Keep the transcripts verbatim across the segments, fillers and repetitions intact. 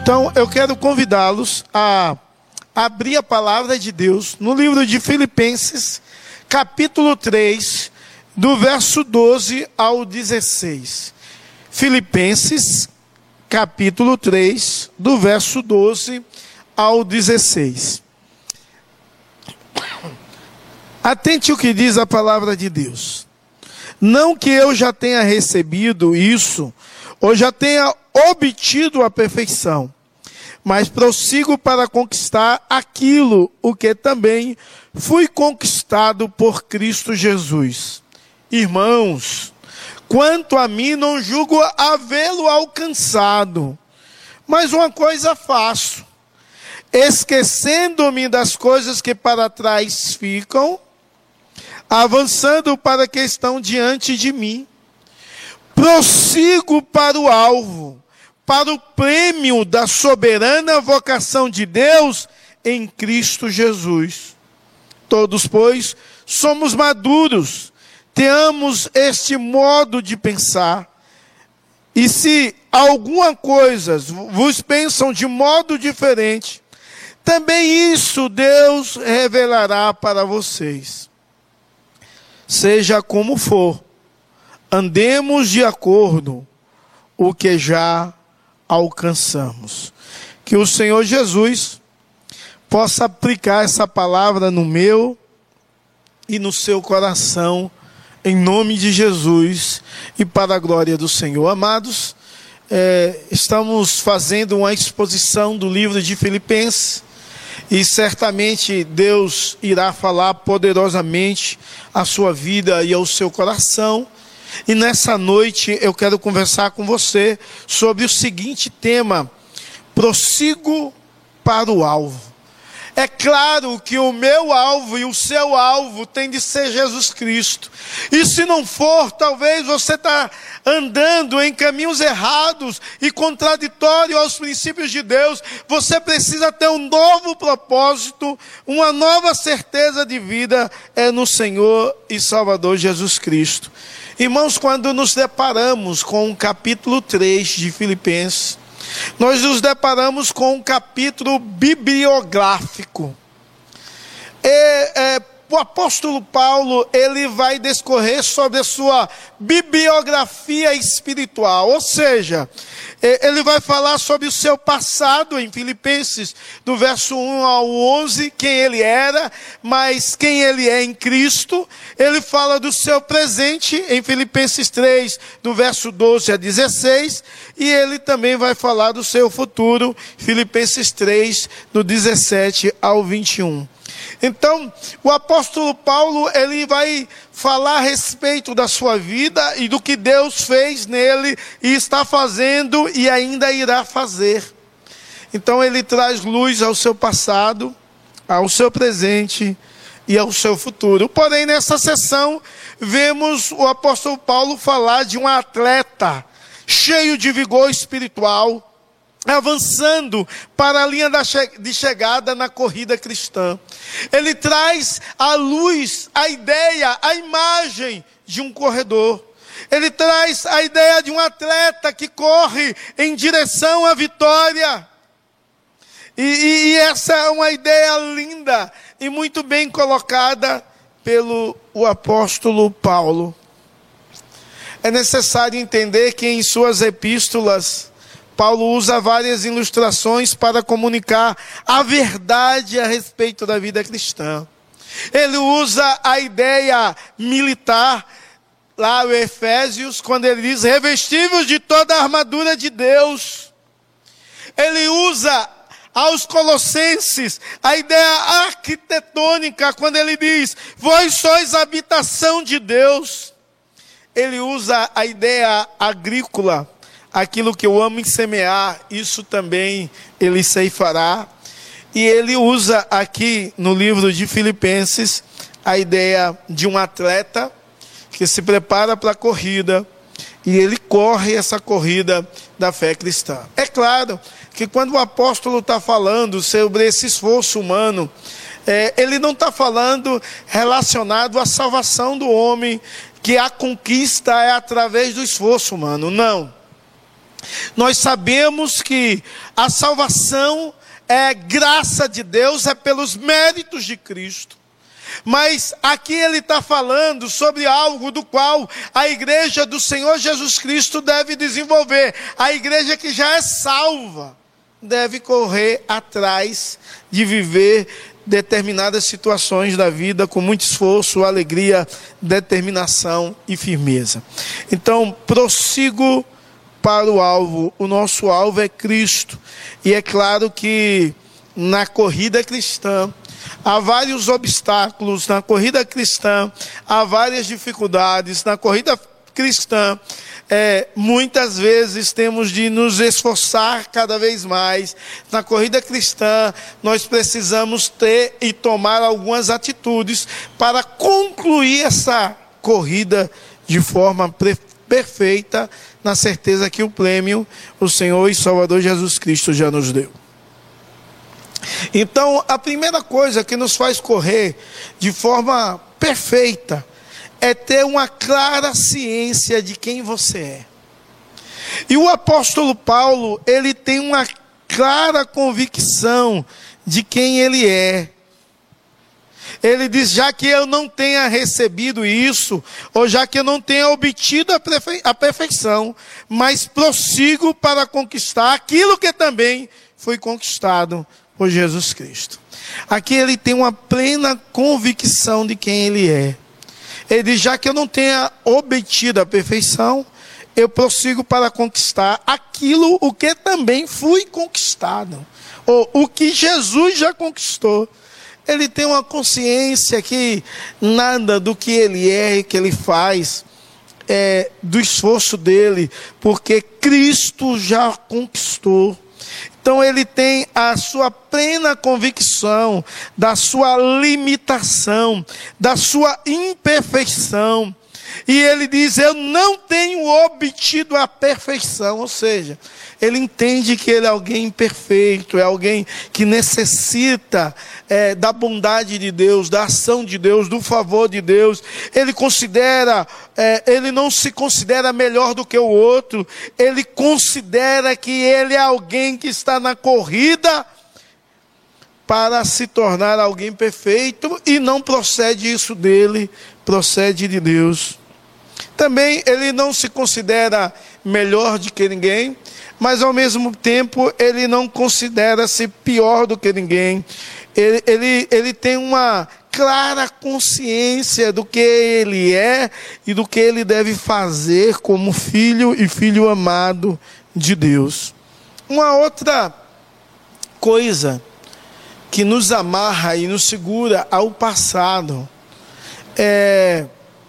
Então eu quero convidá-los a abrir a palavra de Deus no livro de Filipenses, capítulo três, do verso doze ao dezesseis. Filipenses, capítulo três, do verso doze ao dezesseis. Atente o que diz a palavra de Deus. Não que eu já tenha recebido isso, ou já tenha obtido a perfeição, mas prossigo para conquistar aquilo o que também fui conquistado por Cristo Jesus. Irmãos, quanto a mim não julgo havê-lo alcançado, mas uma coisa faço, esquecendo-me das coisas que para trás ficam, avançando para que estão diante de mim, prossigo para o alvo, para o prêmio da soberana vocação de Deus em Cristo Jesus. Todos, pois, somos maduros, tenhamos este modo de pensar. E se alguma coisa vos pensam de modo diferente, também isso Deus revelará para vocês. Seja como for, andemos de acordo com o que já alcançamos. Que o Senhor Jesus possa aplicar essa palavra no meu e no seu coração, em nome de Jesus e para a glória do Senhor. Amados, é, estamos fazendo uma exposição do livro de Filipenses e certamente Deus irá falar poderosamente à sua vida e ao seu coração. E nessa noite eu quero conversar com você sobre o seguinte tema: prossigo para o alvo. É claro que o meu alvo e o seu alvo tem de ser Jesus Cristo. E se não for, talvez você está andando em caminhos errados e contraditórios aos princípios de Deus. Você precisa ter um novo propósito, uma nova certeza de vida é no Senhor e Salvador Jesus Cristo. Irmãos, quando nos deparamos com o capítulo três de Filipenses, nós nos deparamos com um capítulo bibliográfico. E, é, o apóstolo Paulo, ele vai discorrer sobre a sua bibliografia espiritual, ou seja, ele vai falar sobre o seu passado em Filipenses, do verso um ao onze, quem ele era, mas quem ele é em Cristo. Ele fala do seu presente em Filipenses três, do verso doze a dezesseis, e ele também vai falar do seu futuro, Filipenses três, do dezessete ao vinte e um. Então, o apóstolo Paulo, ele vai falar a respeito da sua vida e do que Deus fez nele e está fazendo e ainda irá fazer. Então, ele traz luz ao seu passado, ao seu presente e ao seu futuro. Porém, nessa sessão, vemos o apóstolo Paulo falar de um atleta cheio de vigor espiritual, avançando para a linha de chegada na corrida cristã. Ele traz à luz a ideia, a imagem de um corredor. Ele traz a ideia de um atleta que corre em direção à vitória. E, e, e essa é uma ideia linda e muito bem colocada pelo o apóstolo Paulo. É necessário entender que em suas epístolas, Paulo usa várias ilustrações para comunicar a verdade a respeito da vida cristã. Ele usa a ideia militar, lá em Efésios, quando ele diz, revestivos de toda a armadura de Deus. Ele usa aos Colossenses a ideia arquitetônica, quando ele diz, vós sois a habitação de Deus. Ele usa a ideia agrícola, aquilo que eu amo em semear, isso também ele ceifará. E ele usa aqui no livro de Filipenses a ideia de um atleta que se prepara para a corrida e ele corre essa corrida da fé cristã. É claro que quando o apóstolo está falando sobre esse esforço humano, é, ele não está falando relacionado à salvação do homem, que a conquista é através do esforço humano, não. Nós sabemos que a salvação é graça de Deus, é pelos méritos de Cristo. Mas aqui ele está falando sobre algo do qual a igreja do Senhor Jesus Cristo deve desenvolver. A igreja que já é salva deve correr atrás de viver determinadas situações da vida com muito esforço, alegria, determinação e firmeza. Então, prossigo para o alvo. O nosso alvo é Cristo. E é claro que na corrida cristã há vários obstáculos, na corrida cristã há várias dificuldades, na corrida cristã é, muitas vezes temos de nos esforçar cada vez mais. Na corrida cristã nós precisamos ter e tomar algumas atitudes para concluir essa corrida de forma perfeita, na certeza que o prêmio o Senhor e Salvador Jesus Cristo já nos deu. Então, a primeira coisa que nos faz correr de forma perfeita é ter uma clara ciência de quem você é. E o apóstolo Paulo, ele tem uma clara convicção de quem ele é. Ele diz, já que eu não tenha recebido isso, ou já que eu não tenha obtido a, perfe- a perfeição, mas prossigo para conquistar aquilo que também foi conquistado por Jesus Cristo. Aqui ele tem uma plena convicção de quem ele é. Ele diz, já que eu não tenha obtido a perfeição, eu prossigo para conquistar aquilo o que também fui conquistado. Ou o que Jesus já conquistou. Ele tem uma consciência que nada do que ele é e que ele faz é do esforço dele, porque Cristo já conquistou. Então ele tem a sua plena convicção da sua limitação, da sua imperfeição. E ele diz, eu não tenho obtido a perfeição. Ou seja, ele entende que ele é alguém imperfeito, é alguém que necessita é, da bondade de Deus, da ação de Deus, do favor de Deus. Ele considera, é, ele não se considera melhor do que o outro. Ele considera que ele é alguém que está na corrida para se tornar alguém perfeito, e não procede isso dele, procede de Deus. Também ele não se considera melhor do que ninguém, mas ao mesmo tempo ele não considera-se pior do que ninguém. Ele, ele, ele tem uma clara consciência do que ele é e do que ele deve fazer como filho e filho amado de Deus. Uma outra coisa que nos amarra e nos segura ao passado é...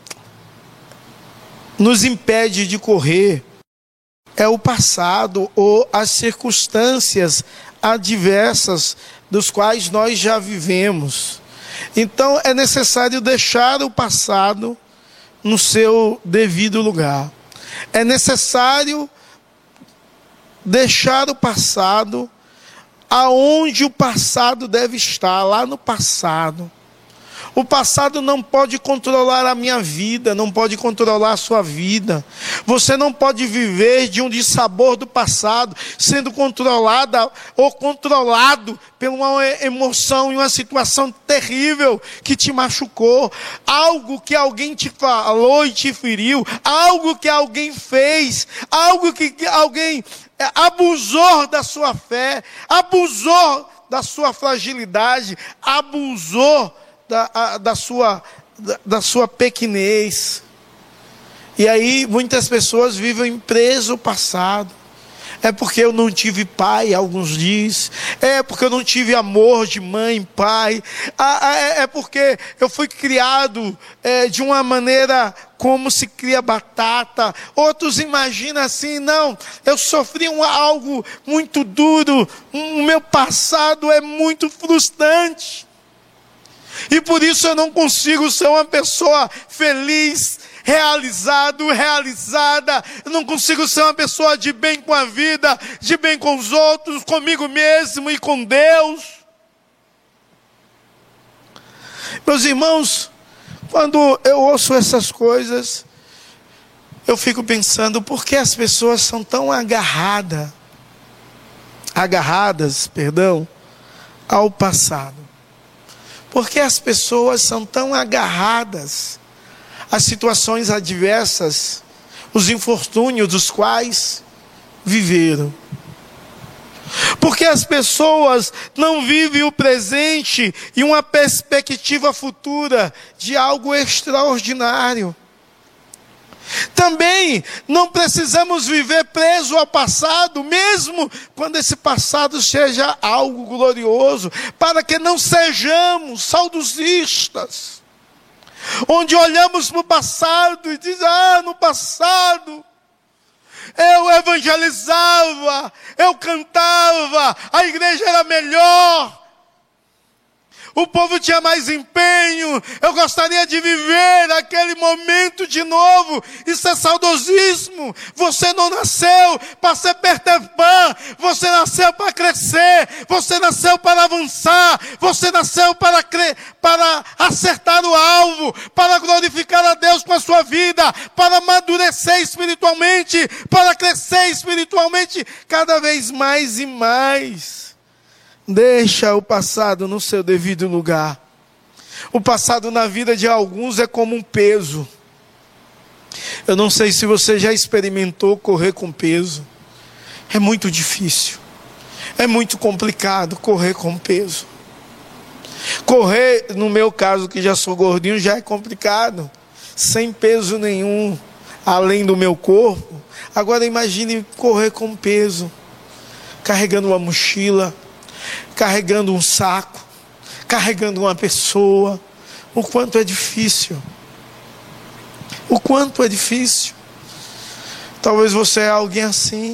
nos impede de correr, é o passado ou as circunstâncias adversas dos quais nós já vivemos. Então é necessário deixar o passado no seu devido lugar. É necessário deixar o passado aonde o passado deve estar, lá no passado. O passado não pode controlar a minha vida, não pode controlar a sua vida. Você não pode viver de um dissabor do passado, sendo controlada ou controlado por uma emoção e uma situação terrível que te machucou. Algo que alguém te falou e te feriu, algo que alguém fez, algo que alguém abusou da sua fé, abusou da sua fragilidade, abusou Da, a, da, sua, da, da sua pequenez. E aí muitas pessoas vivem preso ao passado. É porque eu não tive pai, alguns dizem. É porque eu não tive amor de mãe e pai. Ah, é, é porque eu fui criado é, de uma maneira como se cria batata. Outros imaginam assim, não, eu sofri um, algo muito duro. O meu passado é muito frustrante. E por isso eu não consigo ser uma pessoa feliz, realizado, realizada. Eu não consigo ser uma pessoa de bem com a vida, de bem com os outros, comigo mesmo e com Deus. Meus irmãos, quando eu ouço essas coisas, eu fico pensando, por que as pessoas são tão agarradas, agarradas, perdão, ao passado? Por que as pessoas são tão agarradas às situações adversas, os infortúnios dos quais viveram? Porque as pessoas não vivem o presente e uma perspectiva futura de algo extraordinário. Também não precisamos viver preso ao passado, mesmo quando esse passado seja algo glorioso, para que não sejamos saudosistas, onde olhamos para o passado e dizemos, ah, no passado eu evangelizava, eu cantava, a igreja era melhor, o povo tinha mais empenho, eu gostaria de viver aquele momento de novo. Isso é saudosismo. Você não nasceu para ser Peter Pan, você nasceu para crescer, você nasceu para avançar, você nasceu para, cre... para acertar o alvo, para glorificar a Deus com a sua vida, para amadurecer espiritualmente, para crescer espiritualmente cada vez mais e mais. Deixa o passado no seu devido lugar. O passado na vida de alguns é como um peso. Eu não sei se você já experimentou correr com peso. É muito difícil. É muito complicado correr com peso. Correr, no meu caso, que já sou gordinho, já é complicado. Sem peso nenhum, além do meu corpo. Agora imagine correr com peso. Carregando uma mochila, carregando um saco, carregando uma pessoa. O quanto é difícil. O quanto é difícil. Talvez você é alguém assim,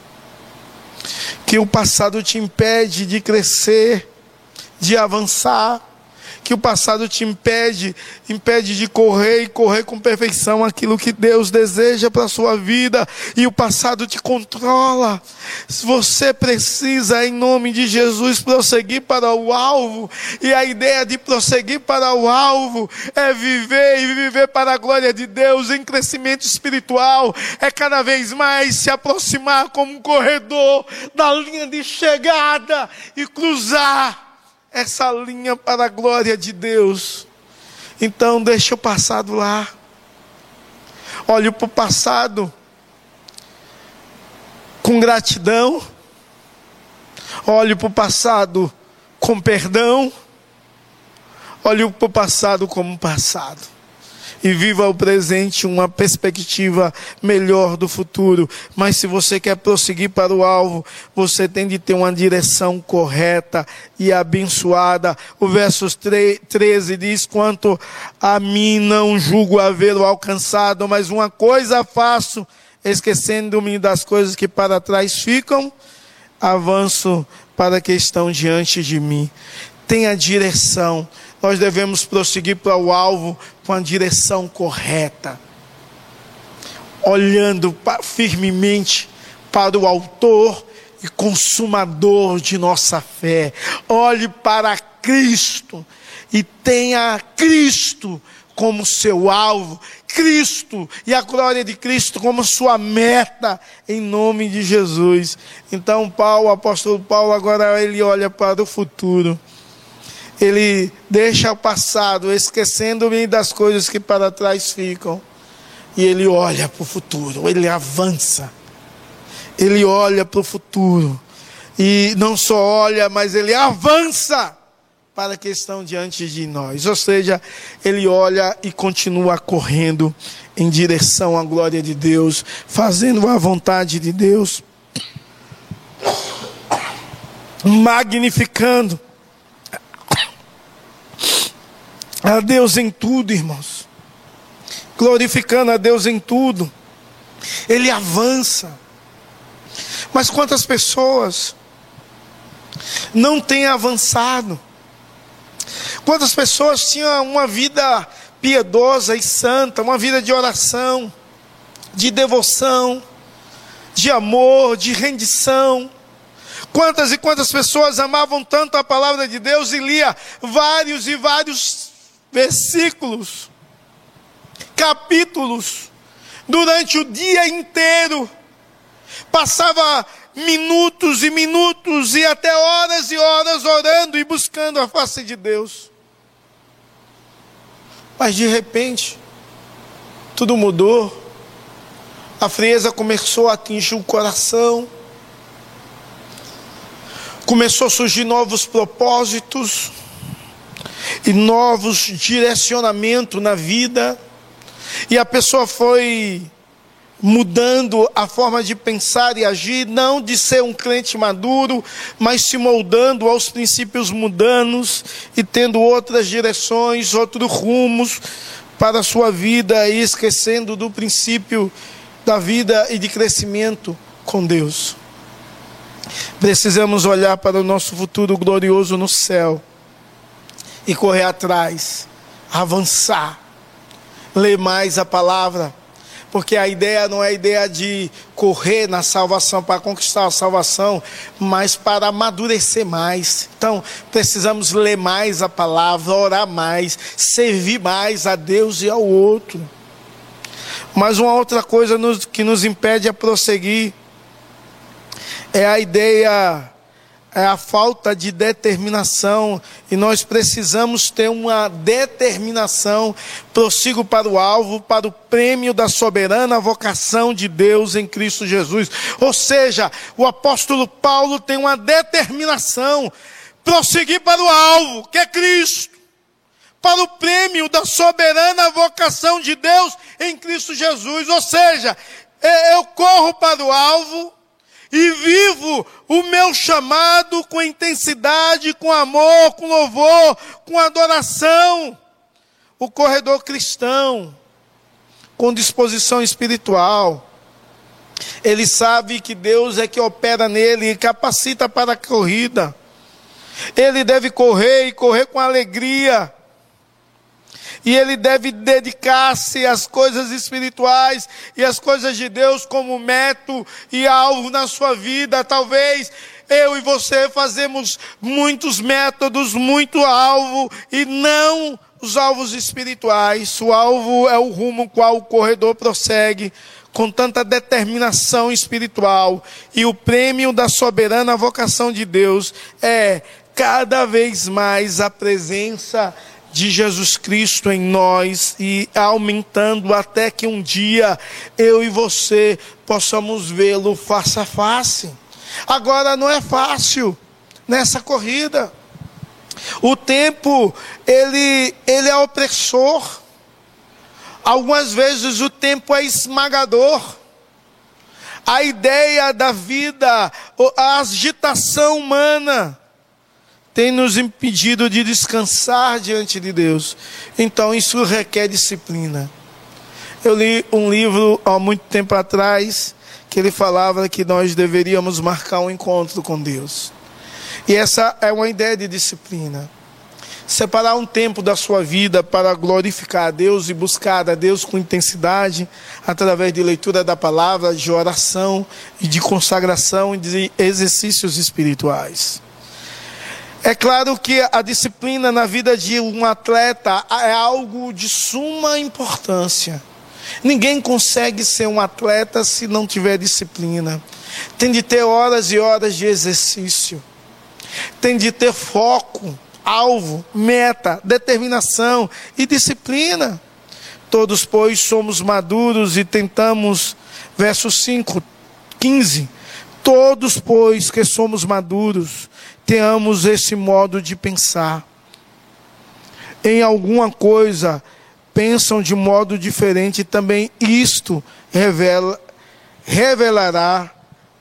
que o passado te impede de crescer, de avançar, que o passado te impede, impede de correr e correr com perfeição aquilo que Deus deseja para a sua vida, e o passado te controla. Você precisa, em nome de Jesus, prosseguir para o alvo, e a ideia de prosseguir para o alvo é viver e viver para a glória de Deus em crescimento espiritual, é cada vez mais se aproximar como um corredor da linha de chegada e cruzar essa linha para a glória de Deus. Então deixa o passado lá. Olhe para o passado com gratidão. Olhe para o passado com perdão. Olhe para o passado como passado. E viva o presente, uma perspectiva melhor do futuro. Mas se você quer prosseguir para o alvo, você tem de ter uma direção correta e abençoada. O verso treze diz, quanto a mim não julgo havê-lo alcançado, mas uma coisa faço, esquecendo-me das coisas que para trás ficam, avanço para que estão diante de mim. Tenha direção. Nós devemos prosseguir para o alvo com a direção correta, olhando firmemente para o autor e consumador de nossa fé. Olhe para Cristo e tenha Cristo como seu alvo, Cristo e a glória de Cristo como sua meta, em nome de Jesus. Então Paulo, o apóstolo Paulo, agora ele olha para o futuro. Ele deixa o passado, esquecendo-me das coisas que para trás ficam. E ele olha para o futuro, ele avança. Ele olha para o futuro. E não só olha, mas ele avança para que estão diante de nós. Ou seja, ele olha e continua correndo em direção à glória de Deus, fazendo a vontade de Deus, magnificando a Deus em tudo, irmãos. Glorificando a Deus em tudo. Ele avança. Mas quantas pessoas não têm avançado? Quantas pessoas tinham uma vida piedosa e santa, uma vida de oração, de devoção, de amor, de rendição? Quantas e quantas pessoas amavam tanto a palavra de Deus e lia vários e vários versículos, capítulos, durante o dia inteiro, passava minutos e minutos e até horas e horas orando e buscando a face de Deus. Mas de repente, tudo mudou. A frieza começou a atingir o coração. Começou a surgir novos propósitos e novos direcionamentos na vida. E a pessoa foi mudando a forma de pensar e agir, não de ser um crente maduro, mas se moldando aos princípios mundanos e tendo outras direções, outros rumos para a sua vida e esquecendo do princípio da vida e de crescimento com Deus. Precisamos olhar para o nosso futuro glorioso no céu e correr atrás, avançar, ler mais a palavra, porque a ideia não é a ideia de correr na salvação para conquistar a salvação, mas para amadurecer mais. Então, precisamos ler mais a palavra, orar mais, servir mais a Deus e ao outro. Mas uma outra coisa nos, que nos impede a prosseguir é a ideia, é a falta de determinação, e nós precisamos ter uma determinação. Prossigo para o alvo, para o prêmio da soberana vocação de Deus em Cristo Jesus. Ou seja, o apóstolo Paulo tem uma determinação, prosseguir para o alvo, que é Cristo, para o prêmio da soberana vocação de Deus em Cristo Jesus. Ou seja, eu corro para o alvo e vivo o meu chamado com intensidade, com amor, com louvor, com adoração. O corredor cristão, com disposição espiritual, ele sabe que Deus é que opera nele e capacita para a corrida. Ele deve correr e correr com alegria. E ele deve dedicar-se às coisas espirituais e às coisas de Deus como método e alvo na sua vida. Talvez eu e você fazemos muitos métodos, muito alvo, e não os alvos espirituais. O alvo é o rumo qual o corredor prossegue com tanta determinação espiritual. E o prêmio da soberana vocação de Deus é cada vez mais a presença de Jesus Cristo em nós, e aumentando até que um dia eu e você possamos vê-lo face a face. Agora não é fácil nessa corrida. O tempo, ele, ele é opressor. Algumas vezes o tempo é esmagador. A ideia da vida, a agitação humana tem nos impedido de descansar diante de Deus. Então isso requer disciplina. Eu li um livro há muito tempo atrás, que ele falava que nós deveríamos marcar um encontro com Deus. E essa é uma ideia de disciplina. Separar um tempo da sua vida para glorificar a Deus e buscar a Deus com intensidade, através de leitura da palavra, de oração e de consagração e de exercícios espirituais. É claro que a disciplina na vida de um atleta é algo de suma importância. Ninguém consegue ser um atleta se não tiver disciplina. Tem de ter horas e horas de exercício. Tem de ter foco, alvo, meta, determinação e disciplina. Todos, pois, somos maduros e tentamos, verso cinco, quinze. Todos, pois, que somos maduros, tenhamos esse modo de pensar. Em alguma coisa pensam de modo diferente, também isto revela, revelará,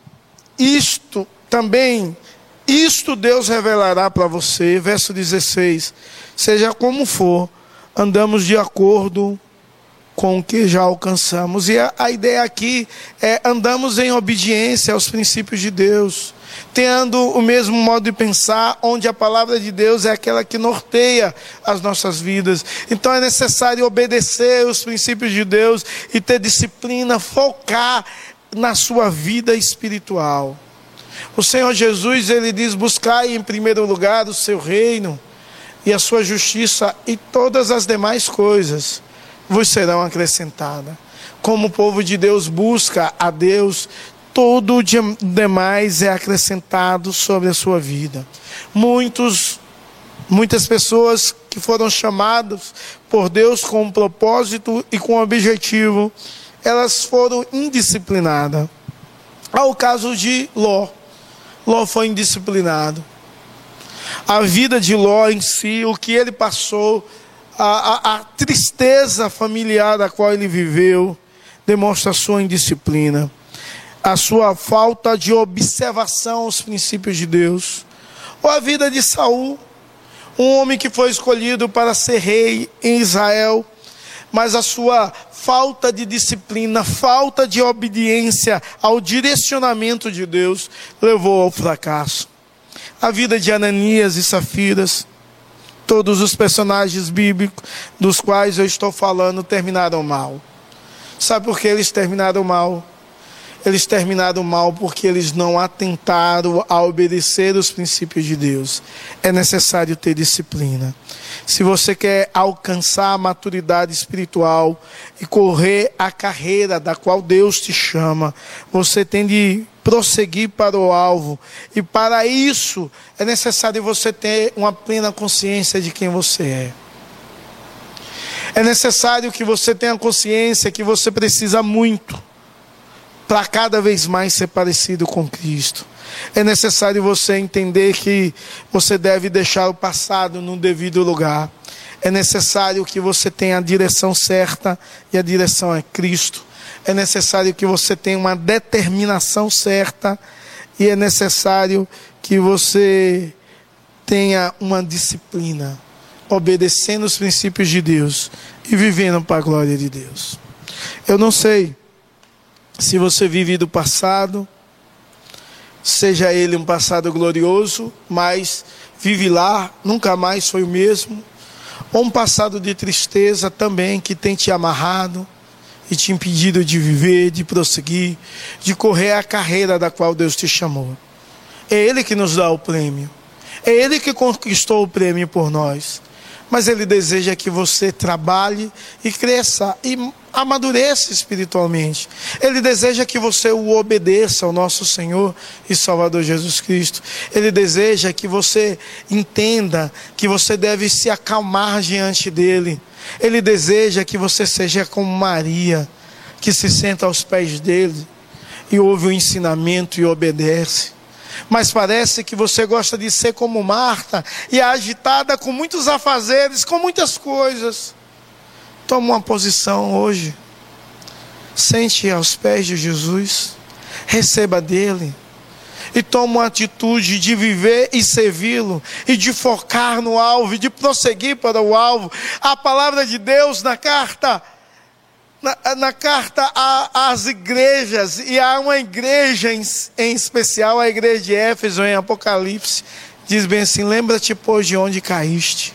isto também, isto Deus revelará para você. Verso dezesseis, seja como for, andamos de acordo com o que já alcançamos. E a, a ideia aqui é andamos em obediência aos princípios de Deus, tendo o mesmo modo de pensar, onde a palavra de Deus é aquela que norteia as nossas vidas. Então é necessário obedecer os princípios de Deus e ter disciplina, focar na sua vida espiritual. O Senhor Jesus, ele diz: buscai em primeiro lugar o seu reino e a sua justiça, e todas as demais coisas vos serão acrescentadas. Como o povo de Deus busca a Deus, tudo o demais é acrescentado sobre a sua vida. Muitos, muitas pessoas que foram chamadas por Deus com um propósito e com um objetivo, elas foram indisciplinadas. Há o caso de Ló. Ló foi indisciplinado. A vida de Ló em si, o que ele passou, a, a, a tristeza familiar da qual ele viveu, demonstra a sua indisciplina, a sua falta de observação aos princípios de Deus. Ou a vida de Saul, um homem que foi escolhido para ser rei em Israel, mas a sua falta de disciplina, falta de obediência ao direcionamento de Deus, levou ao fracasso. A vida de Ananias e Safiras, todos os personagens bíblicos dos quais eu estou falando terminaram mal. Sabe por que eles terminaram mal? Eles terminaram mal porque eles não atentaram a obedecer os princípios de Deus. É necessário ter disciplina. Se você quer alcançar a maturidade espiritual e correr a carreira da qual Deus te chama, você tem de prosseguir para o alvo. E para isso é necessário você ter uma plena consciência de quem você é. É necessário que você tenha consciência que você precisa muito para cada vez mais ser parecido com Cristo. É necessário você entender que você deve deixar o passado no devido lugar. É necessário que você tenha a direção certa, e a direção é Cristo. É necessário que você tenha uma determinação certa, e é necessário que você tenha uma disciplina, obedecendo os princípios de Deus e vivendo para a glória de Deus. Eu não sei se você vive do passado, seja ele um passado glorioso, mas vive lá, nunca mais foi o mesmo, ou um passado de tristeza também, que tem te amarrado e te impedido de viver, de prosseguir, de correr a carreira da qual Deus te chamou. É Ele que nos dá o prêmio, é Ele que conquistou o prêmio por nós, mas Ele deseja que você trabalhe e cresça e amadureça espiritualmente. Ele deseja que você o obedeça ao nosso Senhor e Salvador Jesus Cristo. Ele deseja que você entenda que você deve se acalmar diante dele. Ele deseja que você seja como Maria, que se senta aos pés dele e ouve o ensinamento e obedece. Mas parece que você gosta de ser como Marta, e é agitada com muitos afazeres, com muitas coisas. Toma uma posição hoje. Sente aos pés de Jesus. Receba dele. E toma uma atitude de viver e servi-lo. E de focar no alvo. E de prosseguir para o alvo. A palavra de Deus na carta... Na, na carta às igrejas, e há uma igreja em, em especial, a igreja de Éfeso, em Apocalipse, diz bem assim: lembra-te, pois, de onde caíste,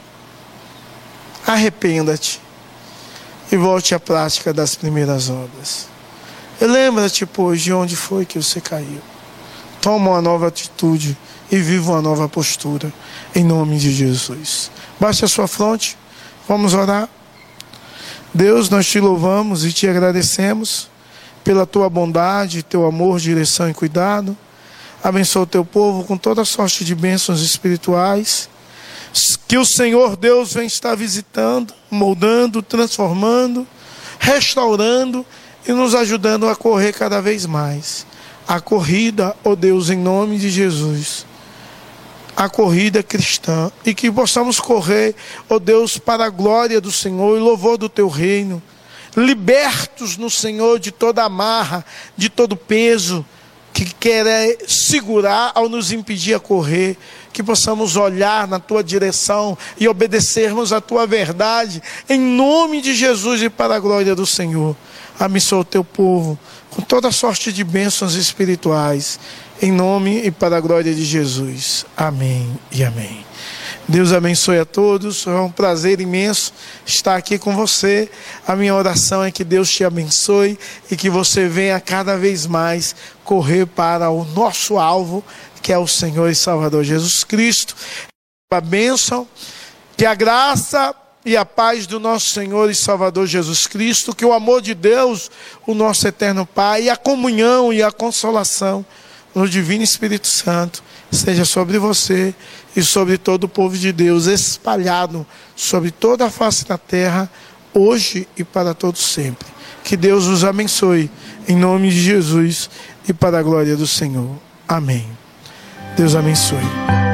arrependa-te e volte à prática das primeiras obras. Lembra-te, pois, de onde foi que você caiu. Toma uma nova atitude e viva uma nova postura, em nome de Jesus. Baixe a sua fronte, vamos orar. Deus, nós te louvamos e te agradecemos pela tua bondade, teu amor, direção e cuidado. Abençoa o teu povo com toda sorte de bênçãos espirituais. Que o Senhor Deus venha estar visitando, moldando, transformando, restaurando e nos ajudando a correr cada vez mais. A corrida, ó Deus, em nome de Jesus. A corrida cristã, e que possamos correr, ó Deus, para a glória do Senhor e louvor do teu reino, libertos no Senhor de toda amarra, de todo peso que quer segurar ao nos impedir a correr. Que possamos olhar na tua direção e obedecermos a tua verdade, em nome de Jesus e para a glória do Senhor. Abençoa o teu povo com toda sorte de bênçãos espirituais, em nome e para a glória de Jesus. Amém e amém. Deus abençoe a todos. É um prazer imenso estar aqui com você. A minha oração é que Deus te abençoe e que você venha cada vez mais correr para o nosso alvo, que é o Senhor e Salvador Jesus Cristo. A bênção, que a graça e a paz do nosso Senhor e Salvador Jesus Cristo, que o amor de Deus, o nosso eterno Pai, e a comunhão e a consolação no Divino Espírito Santo seja sobre você e sobre todo o povo de Deus, espalhado sobre toda a face da terra, hoje e para todos sempre. Que Deus os abençoe, em nome de Jesus e para a glória do Senhor. Amém. Deus abençoe.